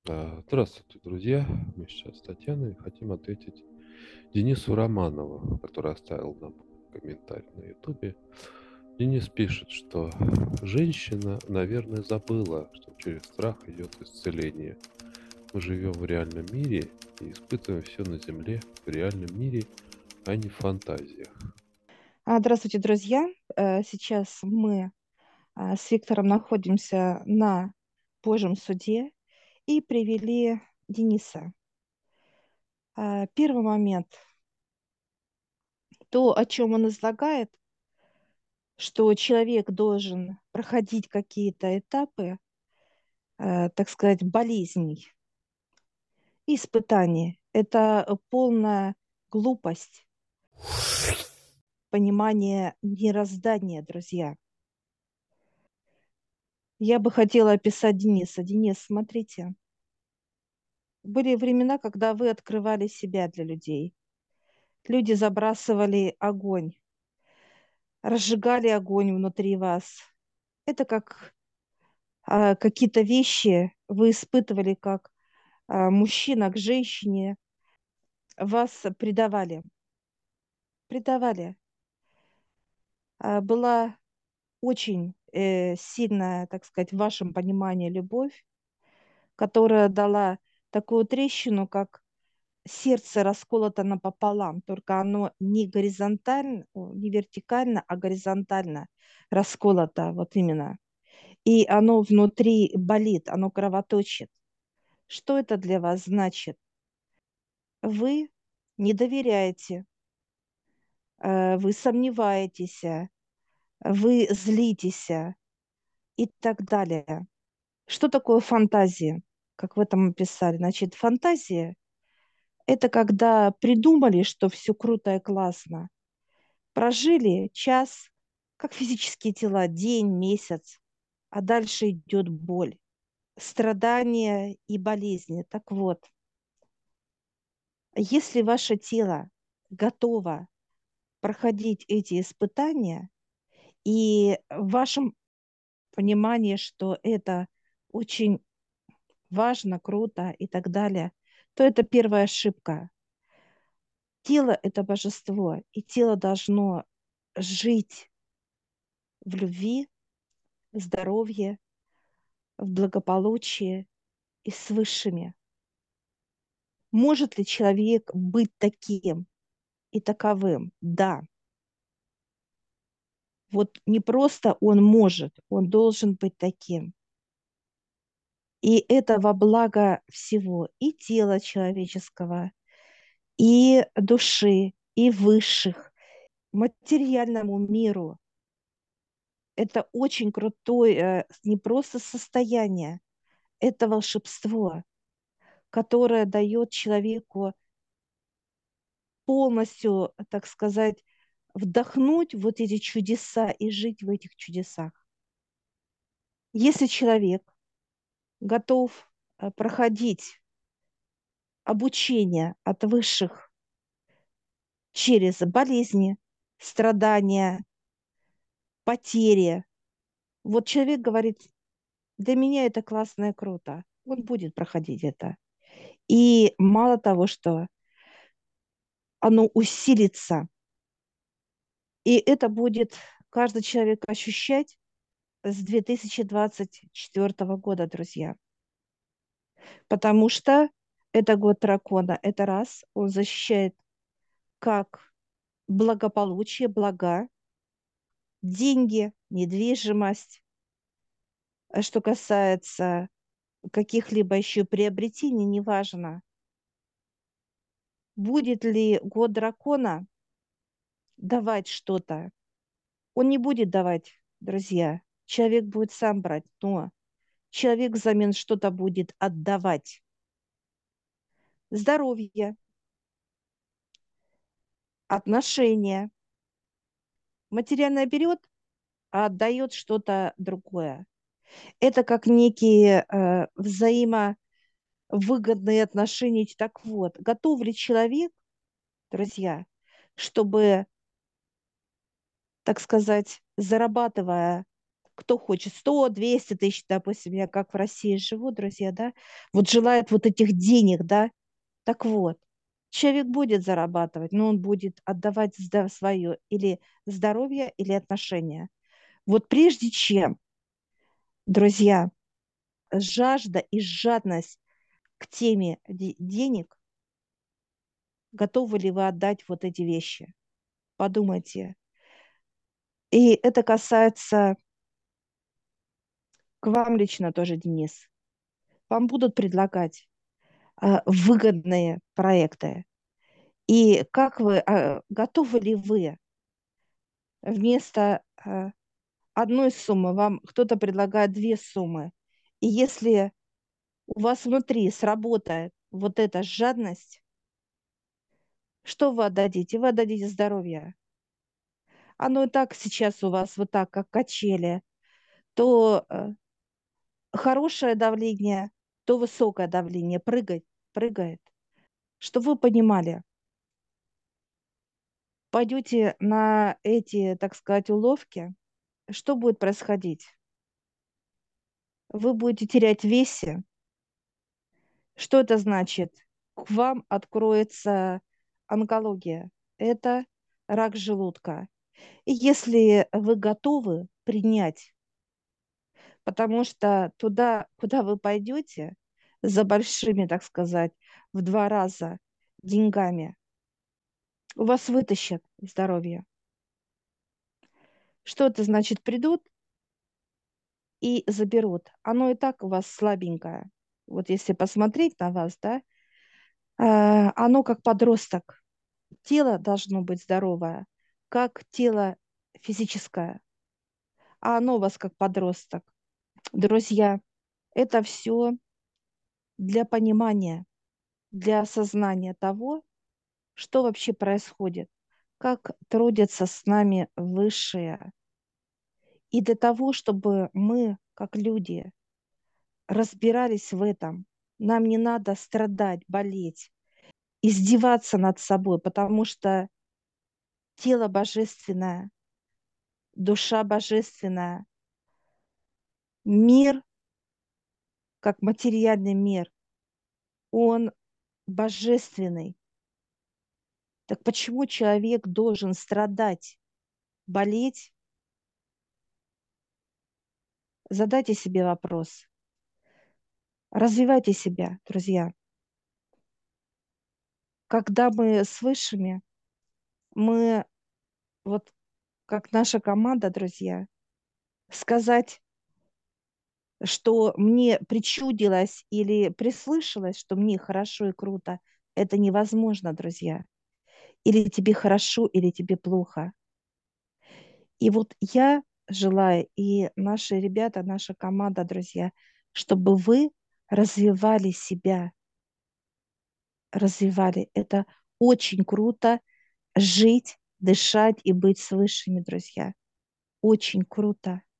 Здравствуйте, друзья. Мы сейчас с Татьяной хотим ответить Денису Романову, который оставил нам комментарий на Ютубе. Денис пишет, что женщина, наверное, забыла, что через страх идет исцеление. Мы живем в реальном мире и испытываем все на Земле в реальном мире, а не в фантазиях. Здравствуйте, друзья. Сейчас мы с Виктором находимся на Божьем суде и привели Дениса. Первый момент, то, о чем он излагает, что человек должен проходить какие-то этапы, так сказать, болезней, испытаний. Это полная глупость, понимание мироздания, друзья. Я бы хотела описать Дениса. Денис, смотрите. Были времена, когда вы открывали себя для людей. Люди забрасывали огонь, разжигали огонь внутри вас. Это как какие-то вещи вы испытывали, как мужчина к женщине, вас предавали. Предавали. Была очень сильная, так сказать, в вашем понимании любовь, которая дала такую трещину, как сердце расколото напополам, только оно не горизонтально, не вертикально, а горизонтально расколото, вот именно. И оно внутри болит, оно кровоточит. Что это для вас значит? Вы не доверяете, вы сомневаетесь, вы злитесь и так далее. Что такое фантазия? Как в этом описали. Значит, фантазия– это когда придумали, что все круто и классно, прожили час, как физические тела, день, месяц, а дальше идет боль, страдания и болезни. Так вот, если ваше тело готово проходить эти испытания, и в вашем понимании, что это очень важно, круто и так далее, то это первая ошибка. Тело– это божество, и тело должно жить в любви, в здоровье, в благополучии и с высшими. Может ли человек быть таким и таковым? Да. Вот не просто он может, он должен быть таким. И это во благо всего, и тела человеческого, и души, и высших, материальному миру. Это очень крутое, не просто состояние, это волшебство, которое дает человеку полностью, так сказать, вдохнуть вот эти чудеса и жить в этих чудесах. Если человек готов проходить обучение от высших через болезни, страдания, потери, вот человек говорит, для меня это классно и круто, он будет проходить это. И мало того, что оно усилится, и это будет каждый человек ощущать с 2024 года, друзья. Потому что это год дракона. Это раз, он защищает как благополучие, блага, деньги, недвижимость. А что касается каких-либо еще приобретений, неважно, будет ли год дракона давать что-то. Он не будет давать, друзья. Человек будет сам брать, но человек взамен что-то будет отдавать. Здоровье, отношения. Материальное берет, а отдает что-то другое. Это как некие взаимовыгодные отношения. Так вот, готов ли человек, друзья, чтобы, так сказать, зарабатывая кто хочет 100, 200 тысяч, допустим, я как в России живу, друзья, да, вот желает вот этих денег, да, так вот, человек будет зарабатывать, но он будет отдавать свое или здоровье, или отношения. Вот прежде чем, друзья, жажда и жадность к теме денег, готовы ли вы отдать вот эти вещи? Подумайте. И это касается к вам лично тоже, Денис. Вам будут предлагать выгодные проекты. И как вы, готовы ли вы вместо одной суммы, вам кто-то предлагает две суммы, и если у вас внутри сработает вот эта жадность, что вы отдадите? Вы отдадите здоровье. Оно и так сейчас у вас вот так, как качели, то хорошее давление, то высокое давление прыгает. Чтобы вы понимали, пойдете на эти, так сказать, уловки, что будет происходить? Вы будете терять в весе. Что это значит? К вам откроется онкология. Это рак желудка. И если вы готовы принять, потому что туда, куда вы пойдете, за большими, так сказать, в 2 раза деньгами, у вас вытащат здоровье. Что это значит? Придут и заберут. Оно и так у вас слабенькое. Вот если посмотреть на вас, да, оно как подросток. Тело должно быть здоровое, как тело физическое, а оно у вас как подросток. Друзья, это все для понимания, для осознания того, что вообще происходит, как трудятся с нами высшие. И для того, чтобы мы, как люди, разбирались в этом, нам не надо страдать, болеть, издеваться над собой, потому что тело божественное, душа божественная, мир, как материальный мир, он божественный. Так почему человек должен страдать, болеть? Задайте себе вопрос. Развивайте себя, друзья. Когда мы с высшими, мы, вот как наша команда, друзья, сказать, что мне причудилось или прислышалось, что мне хорошо и круто, это невозможно, друзья. Или тебе хорошо, или тебе плохо. И вот я желаю, и наши ребята, наша команда, друзья, чтобы вы развивали себя, развивали. Это очень круто жить, дышать и быть с высшими, друзья. Очень круто.